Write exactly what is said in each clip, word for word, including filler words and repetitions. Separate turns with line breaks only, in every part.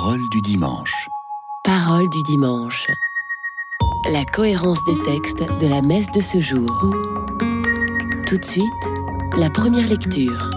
Parole du dimanche.
Parole du dimanche. La cohérence des textes de la messe de ce jour. Tout de suite, la première lecture.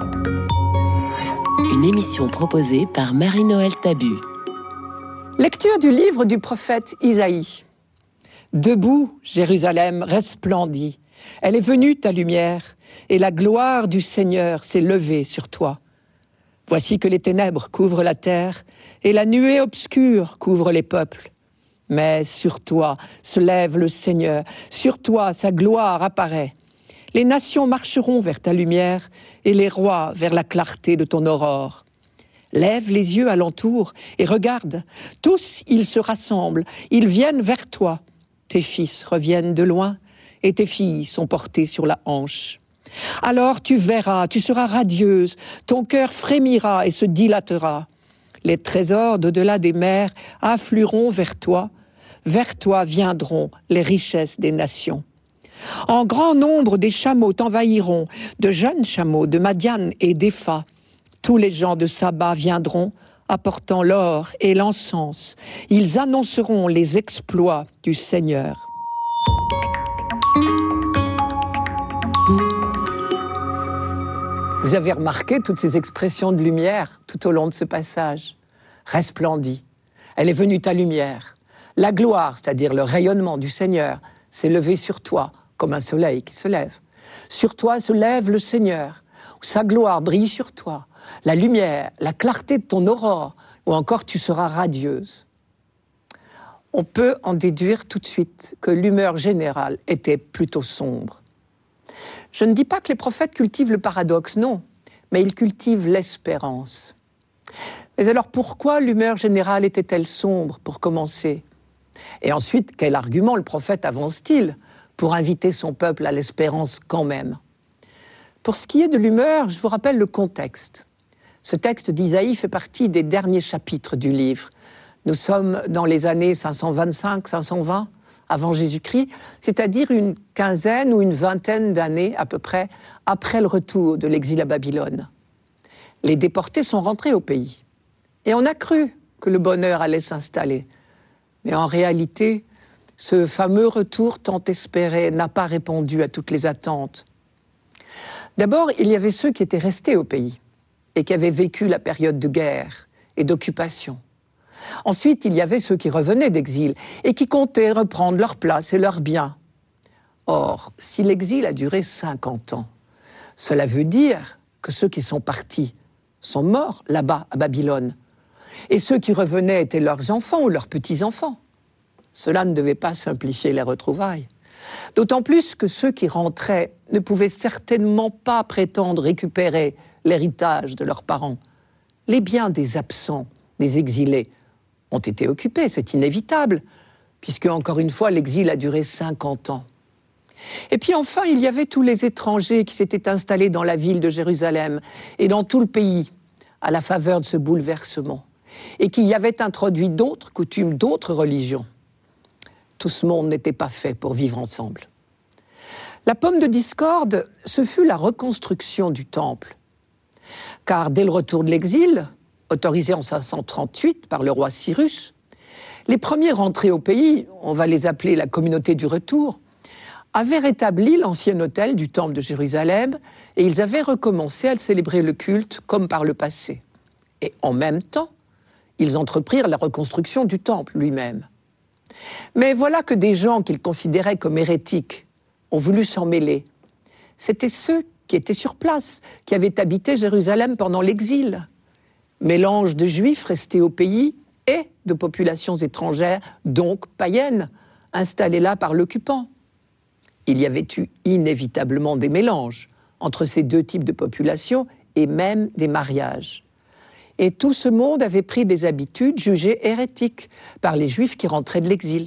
Une émission proposée par Marie-Noël Tabu.
Lecture du livre du prophète Isaïe. Debout, Jérusalem resplendit. Elle est venue ta lumière, et la gloire du Seigneur s'est levée sur toi. Voici que les ténèbres couvrent la terre, et la nuée obscure couvre les peuples. Mais sur toi se lève le Seigneur, sur toi sa gloire apparaît. Les nations marcheront vers ta lumière, et les rois vers la clarté de ton aurore. Lève les yeux alentour et regarde, tous ils se rassemblent, ils viennent vers toi. Tes fils reviennent de loin, et tes filles sont portées sur la hanche. Alors tu verras, tu seras radieuse, ton cœur frémira et se dilatera. Les trésors d'au-delà des mers afflueront vers toi, vers toi viendront les richesses des nations. En grand nombre des chameaux t'envahiront, de jeunes chameaux, de Madian et d'Épha. Tous les gens de Saba viendront, apportant l'or et l'encens. Ils annonceront les exploits du Seigneur. Vous avez remarqué toutes ces expressions de lumière tout au long de ce passage. Resplendit. Elle est venue ta lumière. La gloire, c'est-à-dire le rayonnement du Seigneur, s'est levé sur toi, comme un soleil qui se lève. Sur toi se lève le Seigneur. Sa gloire brille sur toi. La lumière, la clarté de ton aurore, ou encore tu seras radieuse. On peut en déduire tout de suite que l'humeur générale était plutôt sombre. Je ne dis pas que les prophètes cultivent le paradoxe, non, mais ils cultivent l'espérance. Mais alors pourquoi l'humeur générale était-elle sombre, pour commencer ? Et ensuite, quel argument le prophète avance-t-il pour inviter son peuple à l'espérance quand même ? Pour ce qui est de l'humeur, je vous rappelle le contexte. Ce texte d'Isaïe fait partie des derniers chapitres du livre. Nous sommes dans les années cinq cent vingt-cinq cinq cent vingt avant Jésus-Christ, c'est-à-dire une quinzaine ou une vingtaine d'années à peu près après le retour de l'exil à Babylone. Les déportés sont rentrés au pays et on a cru que le bonheur allait s'installer. Mais en réalité, ce fameux retour tant espéré n'a pas répondu à toutes les attentes. D'abord, il y avait ceux qui étaient restés au pays et qui avaient vécu la période de guerre et d'occupation. Ensuite, il y avait ceux qui revenaient d'exil et qui comptaient reprendre leur place et leurs biens. Or, si l'exil a duré cinquante ans, cela veut dire que ceux qui sont partis sont morts là-bas, à Babylone. Et ceux qui revenaient étaient leurs enfants ou leurs petits-enfants. Cela ne devait pas simplifier les retrouvailles. D'autant plus que ceux qui rentraient ne pouvaient certainement pas prétendre récupérer l'héritage de leurs parents. Les biens des absents, des exilés, ont été occupés, c'est inévitable, puisque, encore une fois, l'exil a duré cinquante ans. Et puis enfin, il y avait tous les étrangers qui s'étaient installés dans la ville de Jérusalem et dans tout le pays, à la faveur de ce bouleversement, et qui y avaient introduit d'autres coutumes, d'autres religions. Tout ce monde n'était pas fait pour vivre ensemble. La pomme de discorde, ce fut la reconstruction du temple. Car dès le retour de l'exil, autorisé en cinq cent trente-huit par le roi Cyrus, les premiers rentrés au pays, on va les appeler la communauté du retour, avaient rétabli l'ancien autel du temple de Jérusalem et ils avaient recommencé à célébrer le culte comme par le passé. Et en même temps, ils entreprirent la reconstruction du temple lui-même. Mais voilà que des gens qu'ils considéraient comme hérétiques ont voulu s'en mêler. C'étaient ceux qui étaient sur place, qui avaient habité Jérusalem pendant l'exil. Mélange de juifs restés au pays et de populations étrangères, donc païennes, installées là par l'occupant. Il y avait eu inévitablement des mélanges entre ces deux types de populations et même des mariages. Et tout ce monde avait pris des habitudes jugées hérétiques par les Juifs qui rentraient de l'exil.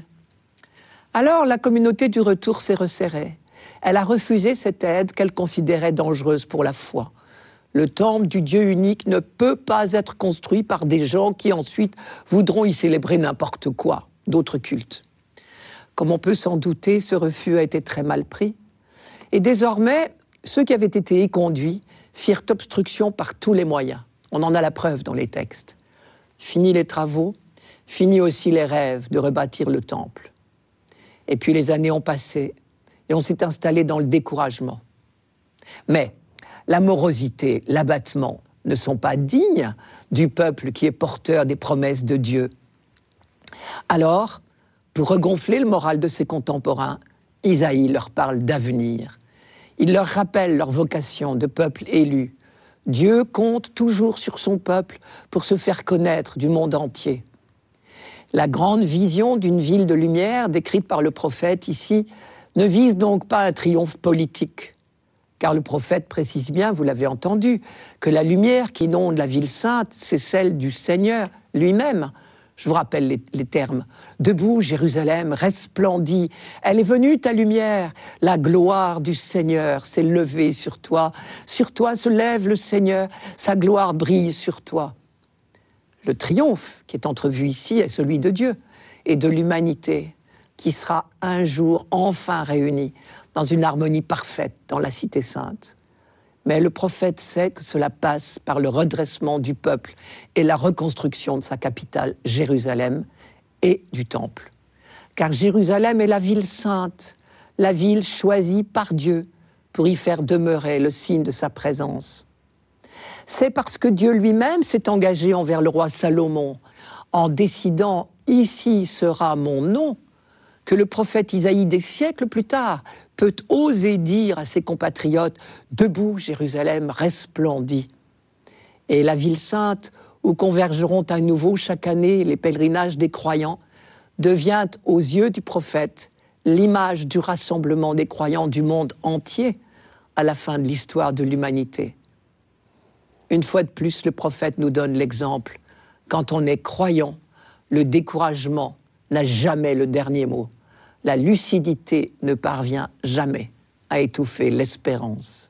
Alors la communauté du retour s'est resserrée. Elle a refusé cette aide qu'elle considérait dangereuse pour la foi. Le temple du Dieu unique ne peut pas être construit par des gens qui ensuite voudront y célébrer n'importe quoi, d'autres cultes. Comme on peut s'en douter, ce refus a été très mal pris. Et désormais, ceux qui avaient été éconduits firent obstruction par tous les moyens. On en a la preuve dans les textes. fini les travaux, fini aussi les rêves de rebâtir le temple. Et puis les années ont passé et on s'est installé dans le découragement. Mais la morosité, l'abattement ne sont pas dignes du peuple qui est porteur des promesses de Dieu. Alors, pour regonfler le moral de ses contemporains, Isaïe leur parle d'avenir. Il leur rappelle leur vocation de peuple élu. Dieu compte toujours sur son peuple pour se faire connaître du monde entier. La grande vision d'une ville de lumière décrite par le prophète ici ne vise donc pas un triomphe politique, car le prophète précise bien, vous l'avez entendu, que la lumière qui inonde la ville sainte, c'est celle du Seigneur lui-même. Je vous rappelle les, les termes. Debout, Jérusalem, resplendit. Elle est venue, ta lumière. La gloire du Seigneur s'est levée sur toi. Sur toi se lève le Seigneur. Sa gloire brille sur toi. Le triomphe qui est entrevu ici est celui de Dieu et de l'humanité qui sera un jour enfin réunie dans une harmonie parfaite dans la cité sainte. Mais le prophète sait que cela passe par le redressement du peuple et la reconstruction de sa capitale, Jérusalem, et du temple. Car Jérusalem est la ville sainte, la ville choisie par Dieu pour y faire demeurer le signe de sa présence. C'est parce que Dieu lui-même s'est engagé envers le roi Salomon en décidant « Ici sera mon nom » que le prophète Isaïe des siècles plus tard peut oser dire à ses compatriotes « Debout, Jérusalem, resplendit ». Et la ville sainte, où convergeront à nouveau chaque année les pèlerinages des croyants, devient aux yeux du prophète l'image du rassemblement des croyants du monde entier à la fin de l'histoire de l'humanité. Une fois de plus, le prophète nous donne l'exemple. Quand on est croyant, le découragement n'a jamais le dernier mot. La lucidité ne parvient jamais à étouffer l'espérance.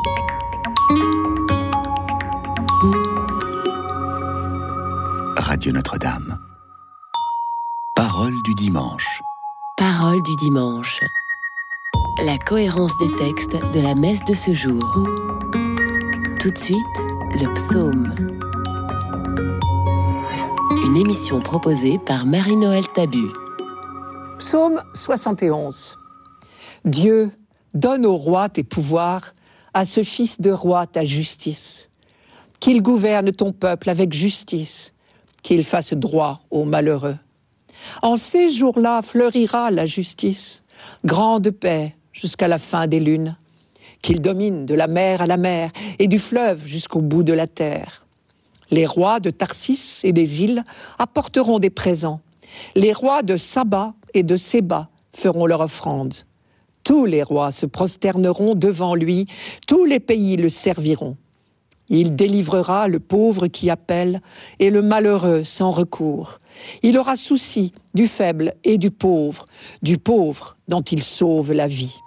Radio Notre-Dame. Parole du dimanche.
Parole du dimanche. La cohérence des textes de la messe de ce jour. Tout de suite, le psaume. Une émission proposée par Marie-Noël Tabu.
Psaume soixante et onze. Dieu, donne au roi tes pouvoirs, à ce fils de roi ta justice. Qu'il gouverne ton peuple avec justice, qu'il fasse droit aux malheureux. En ces jours-là fleurira la justice, grande paix jusqu'à la fin des lunes. Qu'il domine de la mer à la mer et du fleuve jusqu'au bout de la terre. Les rois de Tarsis et des îles apporteront des présents. Les rois de Saba et de Séba feront leur offrande. Tous les rois se prosterneront devant lui, tous les pays le serviront. Il délivrera le pauvre qui appelle et le malheureux sans recours. Il aura souci du faible et du pauvre, du pauvre dont il sauve la vie.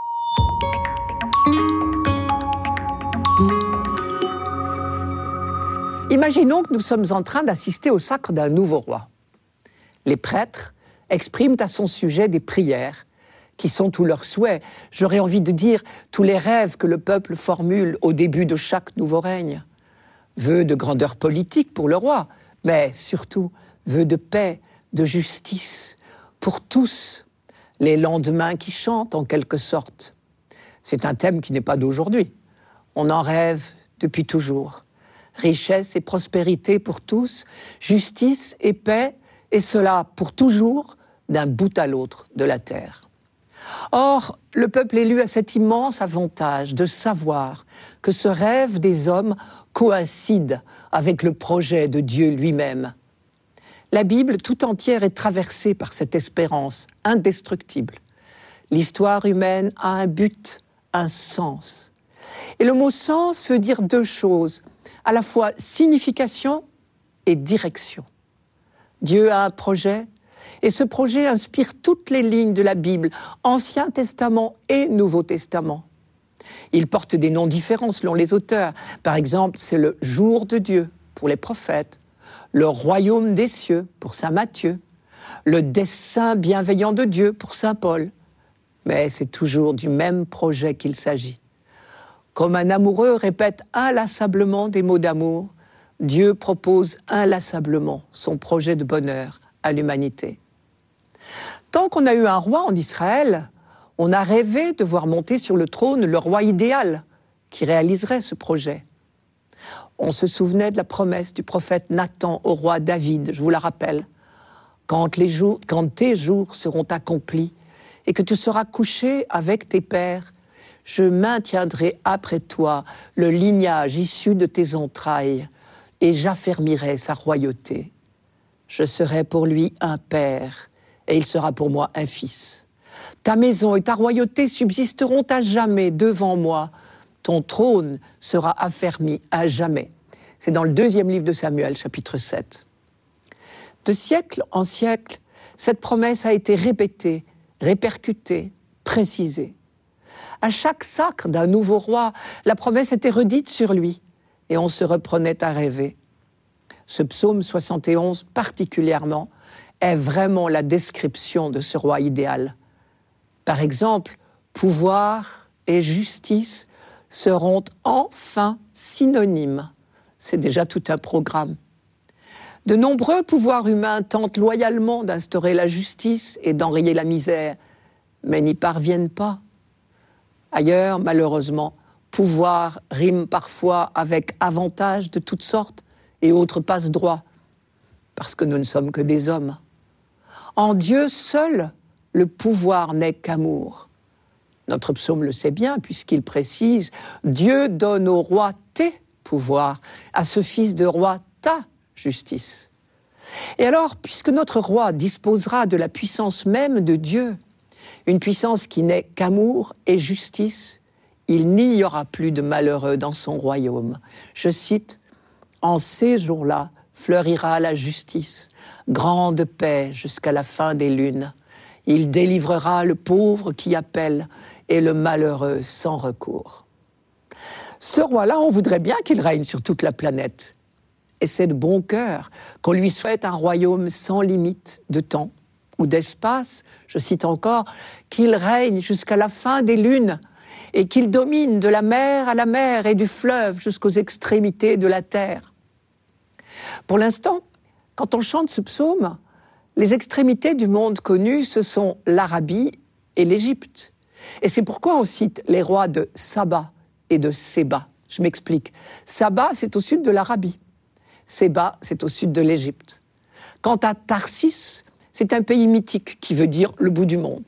Imaginons que nous sommes en train d'assister au sacre d'un nouveau roi. Les prêtres expriment à son sujet des prières qui sont tous leurs souhaits. J'aurais envie de dire tous les rêves que le peuple formule au début de chaque nouveau règne. Vœux de grandeur politique pour le roi, mais surtout vœux de paix, de justice pour tous, les lendemains qui chantent en quelque sorte. C'est un thème qui n'est pas d'aujourd'hui. On en rêve depuis toujours. Richesse et prospérité pour tous, justice et paix, et cela pour toujours, d'un bout à l'autre de la terre. Or, le peuple élu a cet immense avantage de savoir que ce rêve des hommes coïncide avec le projet de Dieu lui-même. La Bible tout entière est traversée par cette espérance indestructible. L'histoire humaine a un but, un sens. Et le mot sens veut dire deux choses, à la fois signification et direction. Dieu a un projet, et ce projet inspire toutes les lignes de la Bible, Ancien Testament et Nouveau Testament. Il porte des noms différents selon les auteurs. Par exemple, c'est le jour de Dieu pour les prophètes, le royaume des cieux pour saint Matthieu, le dessein bienveillant de Dieu pour saint Paul. Mais c'est toujours du même projet qu'il s'agit. Comme un amoureux répète inlassablement des mots d'amour, Dieu propose inlassablement son projet de bonheur à l'humanité. Tant qu'on a eu un roi en Israël, on a rêvé de voir monter sur le trône le roi idéal qui réaliserait ce projet. On se souvenait de la promesse du prophète Nathan au roi David, je vous la rappelle. Quand, les jours, quand tes jours seront accomplis et que tu seras couché avec tes pères, je maintiendrai après toi le lignage issu de tes entrailles et j'affermirai sa royauté. Je serai pour lui un père et il sera pour moi un fils. Ta maison et ta royauté subsisteront à jamais devant moi. Ton trône sera affermi à jamais. C'est dans le deuxième livre de Samuel, chapitre sept. De siècle en siècle, cette promesse a été répétée, répercutée, précisée. À chaque sacre d'un nouveau roi, la promesse était redite sur lui et on se reprenait à rêver. Ce psaume soixante et onze, particulièrement, est vraiment la description de ce roi idéal. Par exemple, pouvoir et justice seront enfin synonymes. C'est déjà tout un programme. De nombreux pouvoirs humains tentent loyalement d'instaurer la justice et d'enrayer la misère, mais n'y parviennent pas. Ailleurs, malheureusement, pouvoir rime parfois avec avantages de toutes sortes et autres passe-droits, parce que nous ne sommes que des hommes. En Dieu seul, le pouvoir n'est qu'amour. Notre psaume le sait bien, puisqu'il précise « Dieu donne au roi tes pouvoirs, à ce fils de roi ta justice ». Et alors, puisque notre roi disposera de la puissance même de Dieu, une puissance qui n'est qu'amour et justice, il n'y aura plus de malheureux dans son royaume. Je cite, « En ces jours-là fleurira la justice, grande paix jusqu'à la fin des lunes. Il délivrera le pauvre qui appelle et le malheureux sans recours. » Ce roi-là, on voudrait bien qu'il règne sur toute la planète. Et c'est de bon cœur qu'on lui souhaite un royaume sans limite de temps ou d'espace, je cite encore, qu'il règne jusqu'à la fin des lunes et qu'il domine de la mer à la mer et du fleuve jusqu'aux extrémités de la terre. Pour l'instant, quand on chante ce psaume, les extrémités du monde connu, ce sont l'Arabie et l'Égypte. Et c'est pourquoi on cite les rois de Saba et de Séba. Je m'explique. Saba, c'est au sud de l'Arabie. Séba, c'est au sud de l'Égypte. Quant à Tarsis, c'est un pays mythique qui veut dire le bout du monde.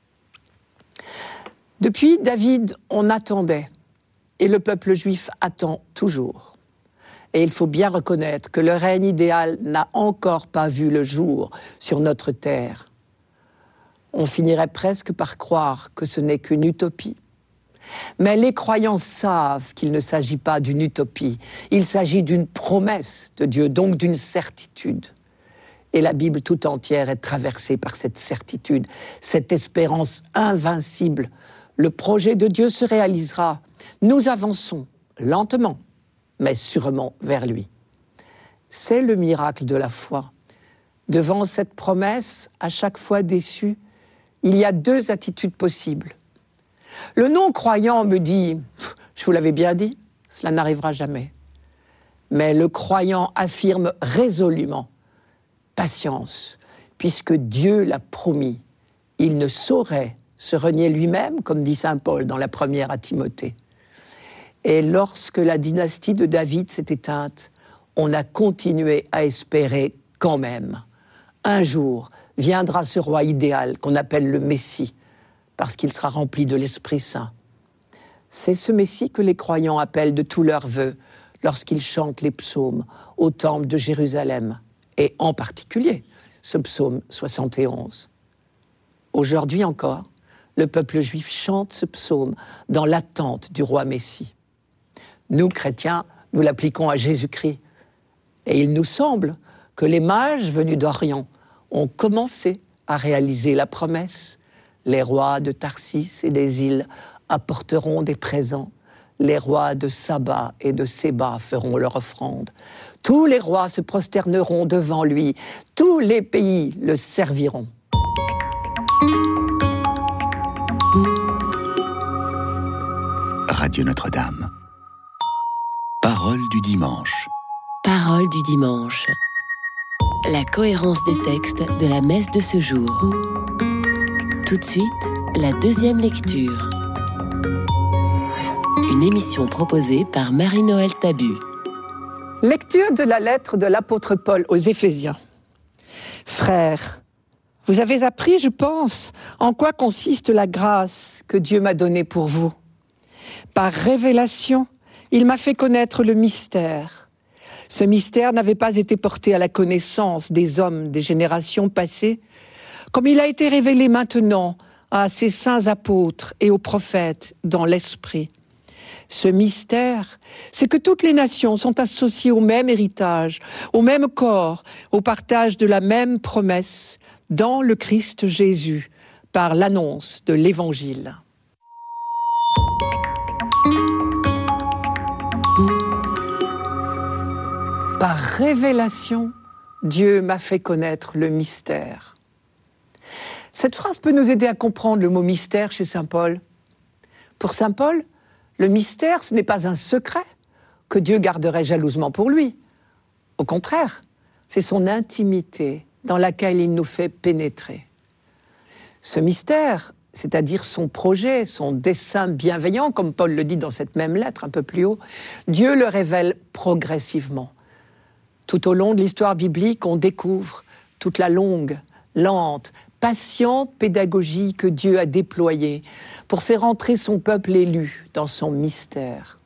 Depuis David, on attendait, et le peuple juif attend toujours. Et il faut bien reconnaître que le règne idéal n'a encore pas vu le jour sur notre terre. On finirait presque par croire que ce n'est qu'une utopie. Mais les croyants savent qu'il ne s'agit pas d'une utopie, il s'agit d'une promesse de Dieu, donc d'une certitude. Et la Bible tout entière est traversée par cette certitude, cette espérance invincible. Le projet de Dieu se réalisera. Nous avançons lentement, mais sûrement vers lui. C'est le miracle de la foi. Devant cette promesse, à chaque fois déçue, il y a deux attitudes possibles. Le non-croyant me dit « Je vous l'avais bien dit, cela n'arrivera jamais ». Mais le croyant affirme résolument « Patience, puisque Dieu l'a promis, il ne saurait se renier lui-même, comme dit saint Paul dans la première à Timothée ». Et lorsque la dynastie de David s'est éteinte, on a continué à espérer quand même. Un jour viendra ce roi idéal qu'on appelle le Messie, parce qu'il sera rempli de l'Esprit Saint. C'est ce Messie que les croyants appellent de tous leurs vœux lorsqu'ils chantent les psaumes au temple de Jérusalem, et en particulier ce psaume soixante et onze. Aujourd'hui encore, le peuple juif chante ce psaume dans l'attente du roi Messie. Nous, chrétiens, nous l'appliquons à Jésus-Christ. Et il nous semble que les mages venus d'Orient ont commencé à réaliser la promesse. Les rois de Tarsis et des îles apporteront des présents. Les rois de Saba et de Séba feront leur offrande. Tous les rois se prosterneront devant lui. Tous les pays le serviront.
Radio Notre-Dame. Parole du dimanche.
Parole du dimanche. La cohérence des textes de la messe de ce jour. Tout de suite, la deuxième lecture. Une émission proposée par Marie-Noël Tabu.
Lecture de la lettre de l'apôtre Paul aux Éphésiens. Frères, vous avez appris, je pense, en quoi consiste la grâce que Dieu m'a donnée pour vous. Par révélation, il m'a fait connaître le mystère. Ce mystère n'avait pas été porté à la connaissance des hommes des générations passées, comme il a été révélé maintenant à ses saints apôtres et aux prophètes dans l'Esprit. Ce mystère, c'est que toutes les nations sont associées au même héritage, au même corps, au partage de la même promesse dans le Christ Jésus, par l'annonce de l'Évangile. Par révélation, Dieu m'a fait connaître le mystère. Cette phrase peut nous aider à comprendre le mot mystère chez saint Paul. Pour saint Paul, le mystère, ce n'est pas un secret que Dieu garderait jalousement pour lui. Au contraire, c'est son intimité dans laquelle il nous fait pénétrer. Ce mystère, c'est-à-dire son projet, son dessein bienveillant, comme Paul le dit dans cette même lettre un peu plus haut, Dieu le révèle progressivement. Tout au long de l'histoire biblique, on découvre toute la longue, lente, patiente pédagogie que Dieu a déployée pour faire entrer son peuple élu dans son mystère.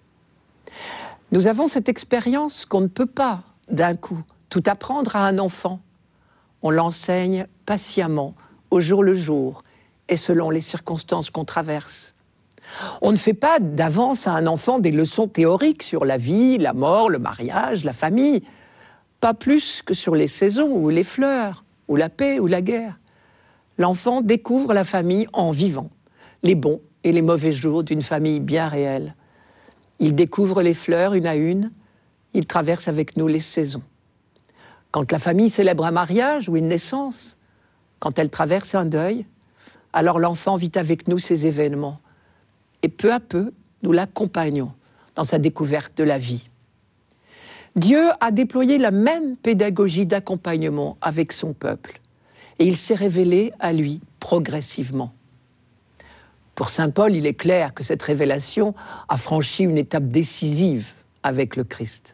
Nous avons cette expérience qu'on ne peut pas, d'un coup, tout apprendre à un enfant. On l'enseigne patiemment, au jour le jour, et selon les circonstances qu'on traverse. On ne fait pas d'avance à un enfant des leçons théoriques sur la vie, la mort, le mariage, la famille, pas plus que sur les saisons ou les fleurs, ou la paix ou la guerre. L'enfant découvre la famille en vivant, les bons et les mauvais jours d'une famille bien réelle. Il découvre les fleurs une à une, il traverse avec nous les saisons. Quand la famille célèbre un mariage ou une naissance, quand elle traverse un deuil, alors l'enfant vit avec nous ces événements. Et peu à peu, nous l'accompagnons dans sa découverte de la vie. Dieu a déployé la même pédagogie d'accompagnement avec son peuple, et il s'est révélé à lui progressivement. Pour saint Paul, il est clair que cette révélation a franchi une étape décisive avec le Christ.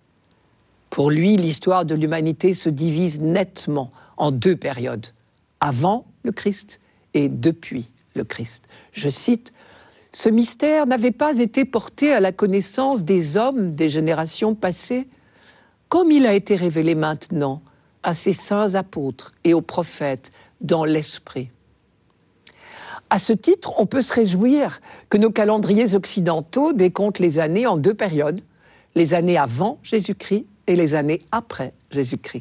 Pour lui, l'histoire de l'humanité se divise nettement en deux périodes, avant le Christ et depuis le Christ. Je cite, « Ce mystère n'avait pas été porté à la connaissance des hommes des générations passées, comme il a été révélé maintenant à ses saints apôtres et aux prophètes dans l'Esprit. » À ce titre, on peut se réjouir que nos calendriers occidentaux décomptent les années en deux périodes, les années avant Jésus-Christ et les années après Jésus-Christ.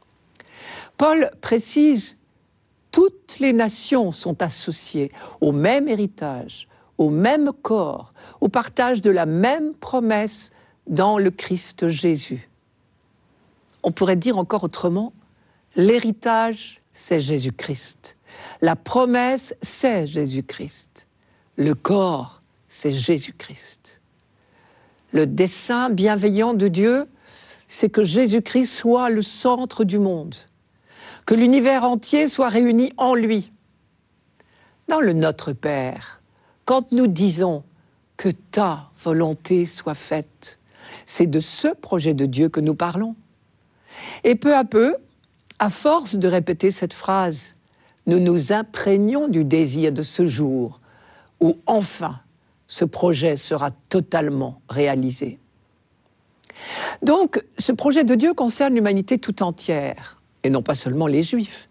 Paul précise « Toutes les nations sont associées au même héritage, au même corps, au partage de la même promesse dans le Christ Jésus. » On pourrait dire encore autrement, l'héritage, c'est Jésus-Christ. La promesse, c'est Jésus-Christ. Le corps, c'est Jésus-Christ. Le dessein bienveillant de Dieu, c'est que Jésus-Christ soit le centre du monde, que l'univers entier soit réuni en lui. Dans le Notre Père, quand nous disons que ta volonté soit faite, c'est de ce projet de Dieu que nous parlons. Et peu à peu, à force de répéter cette phrase, nous nous imprégnons du désir de ce jour où enfin ce projet sera totalement réalisé. Donc, ce projet de Dieu concerne l'humanité tout entière, et non pas seulement les Juifs.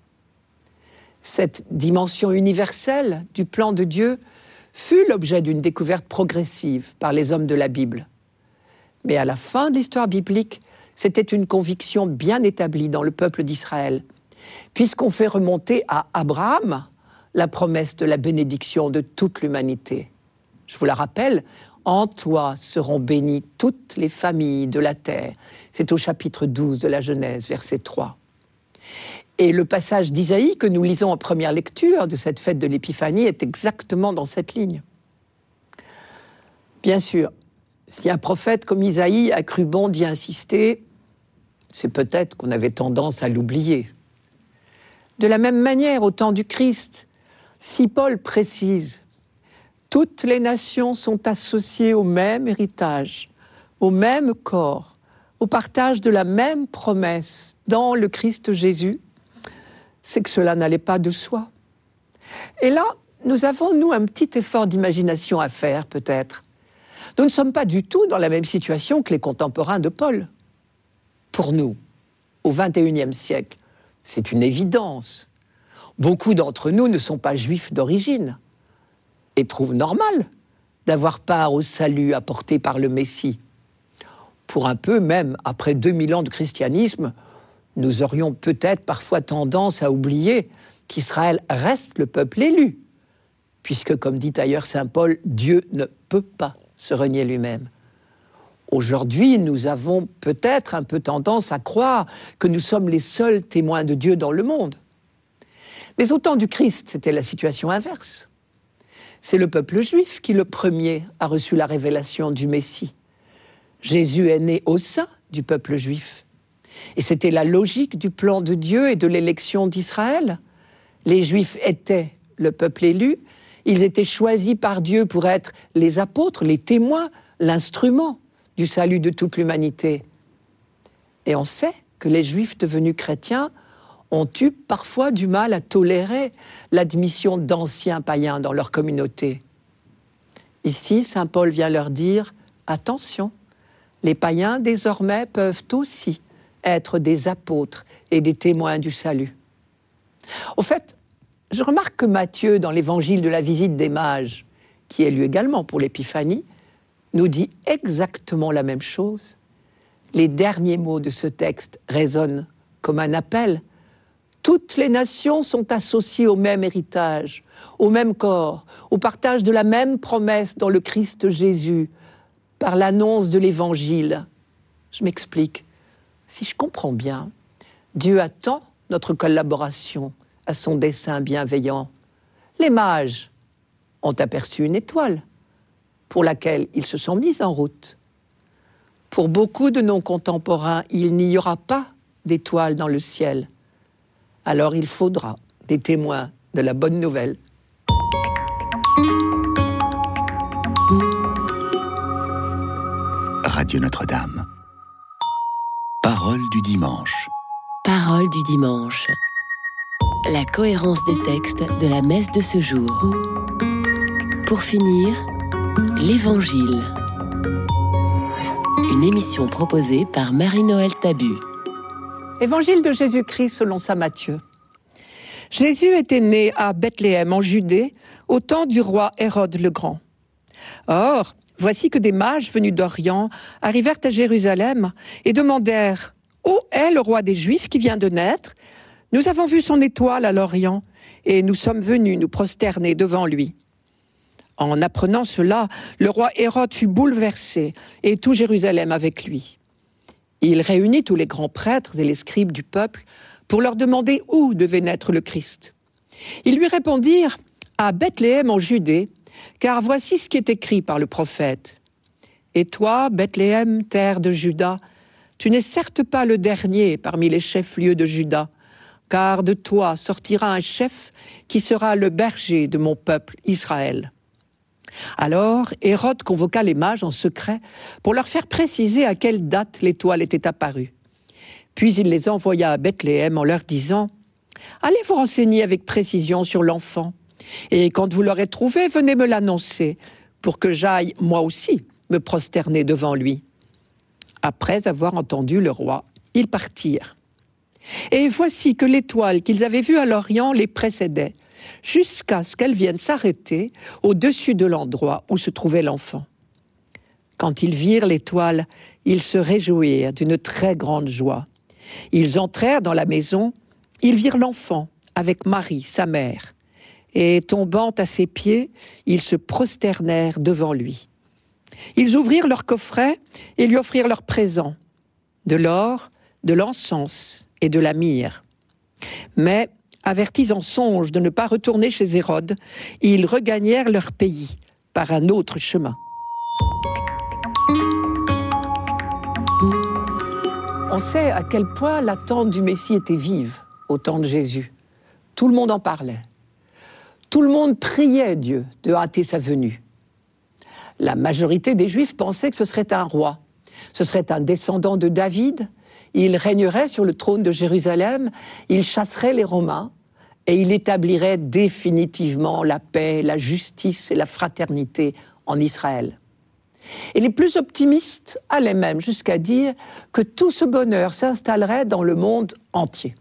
Cette dimension universelle du plan de Dieu fut l'objet d'une découverte progressive par les hommes de la Bible. Mais à la fin de l'histoire biblique, c'était une conviction bien établie dans le peuple d'Israël, puisqu'on fait remonter à Abraham la promesse de la bénédiction de toute l'humanité. Je vous la rappelle, « En toi seront bénies toutes les familles de la terre ». C'est au chapitre douze de la Genèse, verset trois. Et le passage d'Isaïe que nous lisons en première lecture de cette fête de l'Épiphanie est exactement dans cette ligne. Bien sûr, si un prophète comme Isaïe a cru bon d'y insister, C'est peut-être qu'on avait tendance à l'oublier. De la même manière, au temps du Christ, si Paul précise « Toutes les nations sont associées au même héritage, au même corps, au partage de la même promesse dans le Christ Jésus », c'est que cela n'allait pas de soi. Et là, nous avons, nous, un petit effort d'imagination à faire, peut-être. Nous ne sommes pas du tout dans la même situation que les contemporains de Paul. Pour nous, au vingt et unième siècle, c'est une évidence. Beaucoup d'entre nous ne sont pas juifs d'origine et trouvent normal d'avoir part au salut apporté par le Messie. Pour un peu, même après deux mille ans de christianisme, nous aurions peut-être parfois tendance à oublier qu'Israël reste le peuple élu, puisque, comme dit ailleurs saint Paul, Dieu ne peut pas se renier lui-même. Aujourd'hui, nous avons peut-être un peu tendance à croire que nous sommes les seuls témoins de Dieu dans le monde. Mais au temps du Christ, c'était la situation inverse. C'est le peuple juif qui, le premier, a reçu la révélation du Messie. Jésus est né au sein du peuple juif. Et c'était la logique du plan de Dieu et de l'élection d'Israël. Les Juifs étaient le peuple élu, ils étaient choisis par Dieu pour être les apôtres, les témoins, l'instrument du salut de toute l'humanité. Et on sait que les Juifs devenus chrétiens ont eu parfois du mal à tolérer l'admission d'anciens païens dans leur communauté. Ici, saint Paul vient leur dire « Attention, les païens désormais peuvent aussi être des apôtres et des témoins du salut. » Au fait, je remarque que Matthieu, dans l'évangile de la visite des mages, qui est lu également pour l'Épiphanie, nous dit exactement la même chose. Les derniers mots de ce texte résonnent comme un appel. Toutes les nations sont associées au même héritage, au même corps, au partage de la même promesse dans le Christ Jésus, par l'annonce de l'Évangile. Je m'explique. Si je comprends bien, Dieu attend notre collaboration à son dessein bienveillant. Les mages ont aperçu une étoile pour laquelle ils se sont mis en route. Pour beaucoup de nos contemporains, il n'y aura pas d'étoile dans le ciel. Alors il faudra des témoins de la bonne nouvelle.
Radio Notre-Dame. Parole du dimanche.
Parole du dimanche. La cohérence des textes de la messe de ce jour. Pour finir, l'Évangile. Une émission proposée par Marie-Noël Tabu.
Évangile de Jésus-Christ selon saint Matthieu. Jésus était né à Bethléem en Judée au temps du roi Hérode le Grand. Or, voici que des mages venus d'Orient arrivèrent à Jérusalem et demandèrent « Où est le roi des Juifs qui vient de naître ? Nous avons vu son étoile à l'Orient et nous sommes venus nous prosterner devant lui. » En apprenant cela, le roi Hérode fut bouleversé et tout Jérusalem avec lui. Il réunit tous les grands prêtres et les scribes du peuple pour leur demander où devait naître le Christ. Ils lui répondirent « À Bethléem en Judée, car voici ce qui est écrit par le prophète. Et toi, Bethléem, terre de Juda, tu n'es certes pas le dernier parmi les chefs-lieux de Juda, car de toi sortira un chef qui sera le berger de mon peuple Israël. » Alors Hérode convoqua les mages en secret pour leur faire préciser à quelle date l'étoile était apparue. Puis il les envoya à Bethléem en leur disant « Allez vous renseigner avec précision sur l'enfant, et quand vous l'aurez trouvé, venez me l'annoncer, pour que j'aille, moi aussi, me prosterner devant lui. » Après avoir entendu le roi, ils partirent. Et voici que l'étoile qu'ils avaient vue à l'Orient les précédait, jusqu'à ce qu'elle vienne s'arrêter au-dessus de l'endroit où se trouvait l'enfant. Quand ils virent l'étoile, ils se réjouirent d'une très grande joie. Ils entrèrent dans la maison, ils virent l'enfant avec Marie, sa mère, et tombant à ses pieds, ils se prosternèrent devant lui. Ils ouvrirent leur coffret et lui offrirent leurs présents, de l'or, de l'encens et de la myrrhe. Mais, avertis en songe de ne pas retourner chez Hérode, ils regagnèrent leur pays par un autre chemin. On sait à quel point l'attente du Messie était vive au temps de Jésus. Tout le monde en parlait. Tout le monde priait Dieu de hâter sa venue. La majorité des Juifs pensaient que ce serait un roi. Ce serait un descendant de David. Il régnerait sur le trône de Jérusalem. Il chasserait les Romains. Et il établirait définitivement la paix, la justice et la fraternité en Israël. Et les plus optimistes allaient même jusqu'à dire que tout ce bonheur s'installerait dans le monde entier.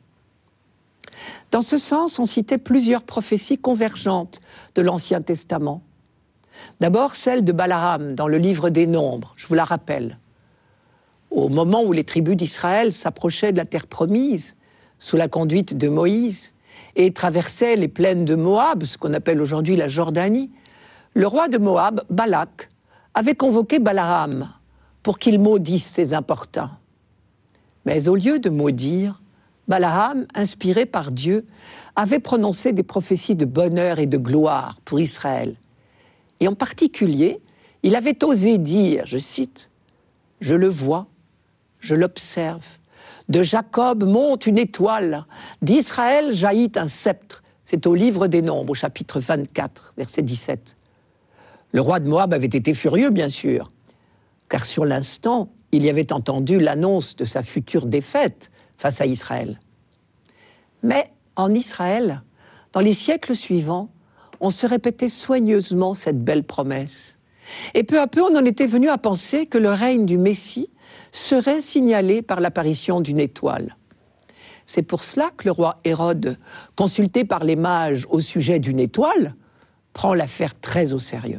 Dans ce sens, on citait plusieurs prophéties convergentes de l'Ancien Testament. D'abord, celle de Balaam dans le livre des Nombres, je vous la rappelle. Au moment où les tribus d'Israël s'approchaient de la terre promise, sous la conduite de Moïse, et traversaient les plaines de Moab, ce qu'on appelle aujourd'hui la Jordanie, le roi de Moab, Balak, avait convoqué Balaam pour qu'il maudisse ses importuns. Mais au lieu de maudire, Balaam, inspiré par Dieu, avait prononcé des prophéties de bonheur et de gloire pour Israël. Et en particulier, il avait osé dire, je cite, « Je le vois, je l'observe. De Jacob monte une étoile, d'Israël jaillit un sceptre. » C'est au livre des Nombres, au chapitre vingt-quatre, verset dix-sept. Le roi de Moab avait été furieux, bien sûr, car sur l'instant, il y avait entendu l'annonce de sa future défaite face à Israël. Mais en Israël, dans les siècles suivants, on se répétait soigneusement cette belle promesse. Et peu à peu, on en était venu à penser que le règne du Messie serait signalé par l'apparition d'une étoile. C'est pour cela que le roi Hérode, consulté par les mages au sujet d'une étoile, prend l'affaire très au sérieux.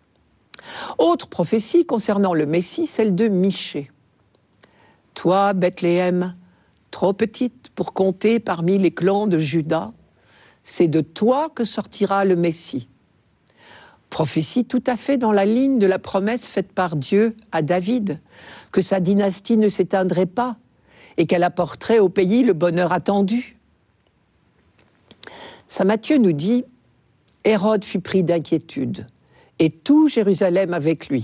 Autre prophétie concernant le Messie, celle de Michée. « Toi, Bethléem, trop petite pour compter parmi les clans de Juda, c'est de toi que sortira le Messie. » Prophétie tout à fait dans la ligne de la promesse faite par Dieu à David, que sa dynastie ne s'éteindrait pas et qu'elle apporterait au pays le bonheur attendu. Saint Matthieu nous dit « Hérode fut pris d'inquiétude, et tout Jérusalem avec lui. »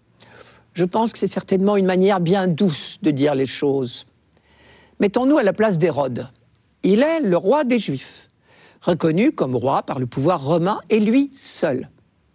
Je pense que c'est certainement une manière bien douce de dire les choses. Mettons-nous à la place d'Hérode. Il est le roi des Juifs, reconnu comme roi par le pouvoir romain et lui seul.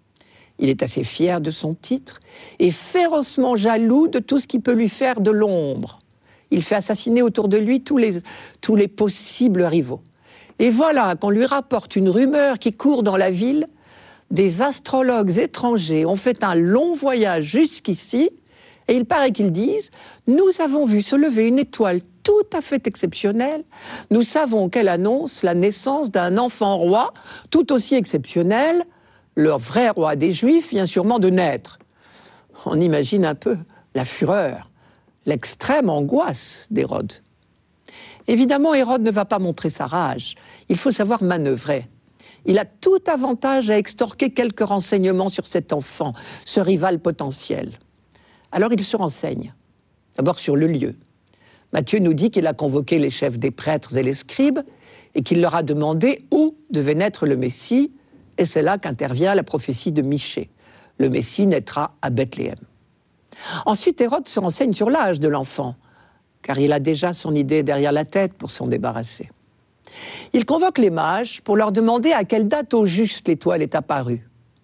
Il est assez fier de son titre et férocement jaloux de tout ce qui peut lui faire de l'ombre. Il fait assassiner autour de lui tous les, tous les possibles rivaux. Et voilà qu'on lui rapporte une rumeur qui court dans la ville. Des astrologues étrangers ont fait un long voyage jusqu'ici et il paraît qu'ils disent « Nous avons vu se lever une étoile tout à fait exceptionnelle. Nous savons qu'elle annonce la naissance d'un enfant roi tout aussi exceptionnel. Le vrai roi des Juifs vient sûrement de naître. » On imagine un peu la fureur, l'extrême angoisse d'Hérode. Évidemment, Hérode ne va pas montrer sa rage. Il faut savoir manœuvrer. Il a tout avantage à extorquer quelques renseignements sur cet enfant, ce rival potentiel. Alors il se renseigne, d'abord sur le lieu. Matthieu nous dit qu'il a convoqué les chefs des prêtres et les scribes et qu'il leur a demandé où devait naître le Messie, et c'est là qu'intervient la prophétie de Michée. Le Messie naîtra à Bethléem. Ensuite, Hérode se renseigne sur l'âge de l'enfant, car il a déjà son idée derrière la tête pour s'en débarrasser. Il convoque les mages pour leur demander à quelle date au juste l'étoile est apparue.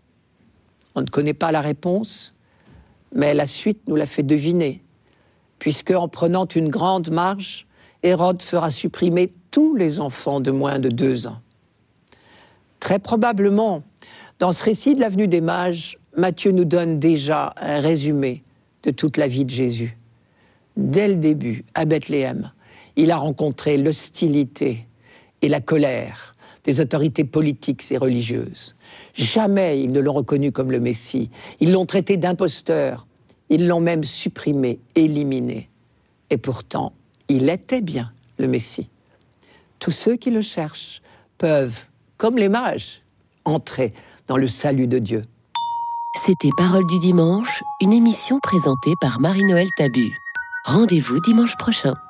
On ne connaît pas la réponse, mais la suite nous l'a fait deviner, puisque en prenant une grande marche, Hérode fera supprimer tous les enfants de moins de deux ans. Très probablement, dans ce récit de la venue des mages, Matthieu nous donne déjà un résumé de toute la vie de Jésus. Dès le début, à Bethléem, il a rencontré l'hostilité et la colère des autorités politiques et religieuses. Jamais ils ne l'ont reconnu comme le Messie. Ils l'ont traité d'imposteur. Ils l'ont même supprimé, éliminé. Et pourtant, il était bien le Messie. Tous ceux qui le cherchent peuvent, comme les mages, entrer dans le salut de Dieu.
C'était Parole du dimanche, une émission présentée par Marie-Noël Tabu. Rendez-vous dimanche prochain.